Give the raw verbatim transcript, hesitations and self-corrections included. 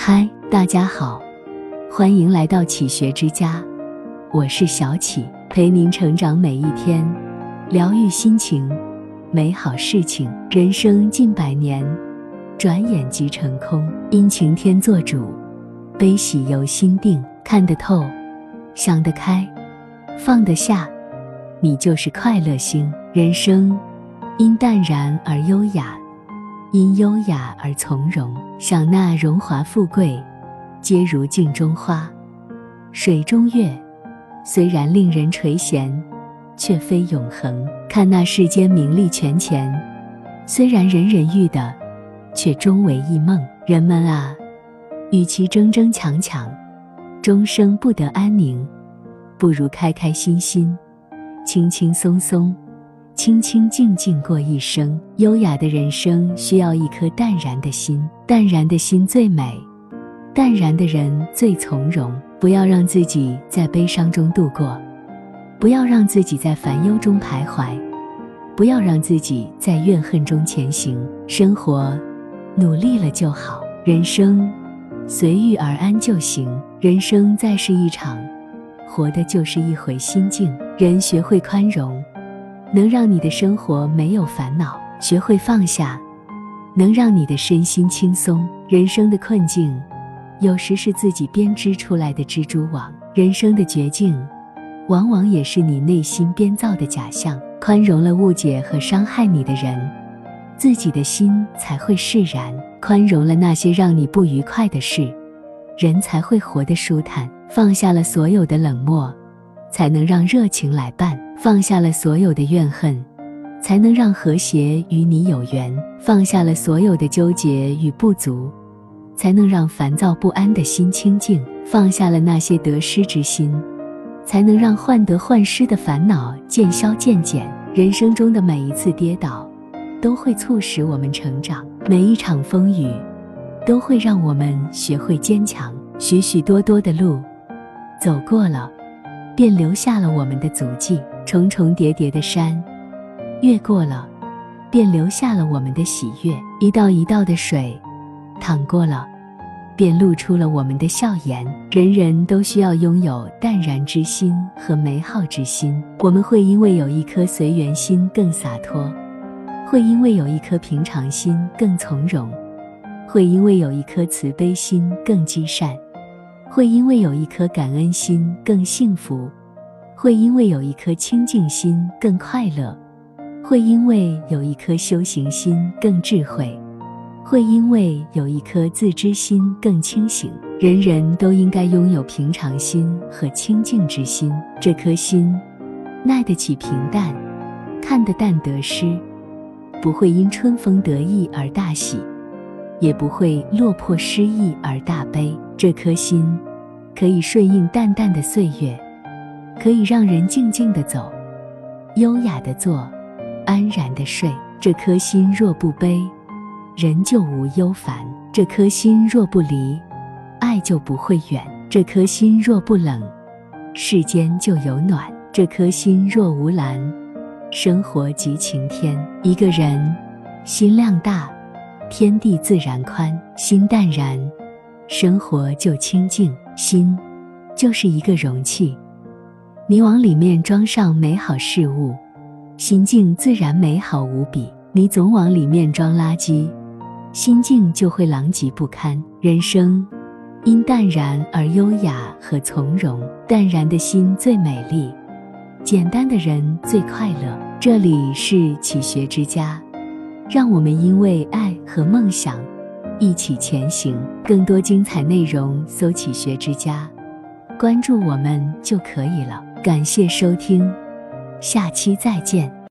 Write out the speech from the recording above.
嗨，大家好，欢迎来到启学之家，我是小启，陪您成长每一天，疗愈心情，美好事情。人生近百年，转眼即成空。因晴天做主，悲喜由心定。看得透，想得开，放得下，你就是快乐星。人生因淡然而优雅，因优雅而从容。想那荣华富贵，皆如镜中花，水中月，虽然令人垂涎，却非永恒。看那世间名利权钱，虽然人人欲得，却终为一梦。人们啊，与其争争抢抢，终生不得安宁，不如开开心心，轻轻松松，清清静静过一生。优雅的人生需要一颗淡然的心，淡然的心最美，淡然的人最从容。不要让自己在悲伤中度过，不要让自己在烦忧中徘徊，不要让自己在怨恨中前行。生活努力了就好，人生随遇而安就行。人生在世一场，活的就是一回心境。人学会宽容，能让你的生活没有烦恼；学会放下，能让你的身心轻松。人生的困境，有时是自己编织出来的蜘蛛网；人生的绝境，往往也是你内心编造的假象。宽容了误解和伤害你的人，自己的心才会释然；宽容了那些让你不愉快的事，人才会活得舒坦。放下了所有的冷漠，才能让热情来伴；放下了所有的怨恨，才能让和谐与你有缘；放下了所有的纠结与不足，才能让烦躁不安的心清静；放下了那些得失之心，才能让患得患失的烦恼渐消渐减。人生中的每一次跌倒，都会促使我们成长；每一场风雨，都会让我们学会坚强。许许多多的路走过了，便留下了我们的足迹；重重叠叠的山越过了，便留下了我们的喜悦；一道一道的水淌过了，便露出了我们的笑颜。人人都需要拥有淡然之心和美好之心。我们会因为有一颗随缘心更洒脱，会因为有一颗平常心更从容，会因为有一颗慈悲心更积善，会因为有一颗感恩心更幸福，会因为有一颗清净心更快乐，会因为有一颗修行心更智慧，会因为有一颗自知心更清醒。人人都应该拥有平常心和清净之心，这颗心耐得起平淡，看得淡得失，不会因春风得意而大喜，也不会落魄失意而大悲。这颗心可以顺应淡淡的岁月，可以让人静静地走，优雅地坐，安然地睡。这颗心若不悲，人就无忧烦；这颗心若不离，爱就不会远；这颗心若不冷，世间就有暖；这颗心若无蓝，生活即晴天。一个人心量大，天地自然宽；心淡然，生活就清净。心就是一个容器，你往里面装上美好事物，心境自然美好无比；你总往里面装垃圾，心境就会狼藉不堪。人生因淡然而优雅和从容，淡然的心最美丽，简单的人最快乐。这里是启学之家，让我们因为爱和梦想一起前行。更多精彩内容搜启学之家，关注我们就可以了。感谢收听，下期再见。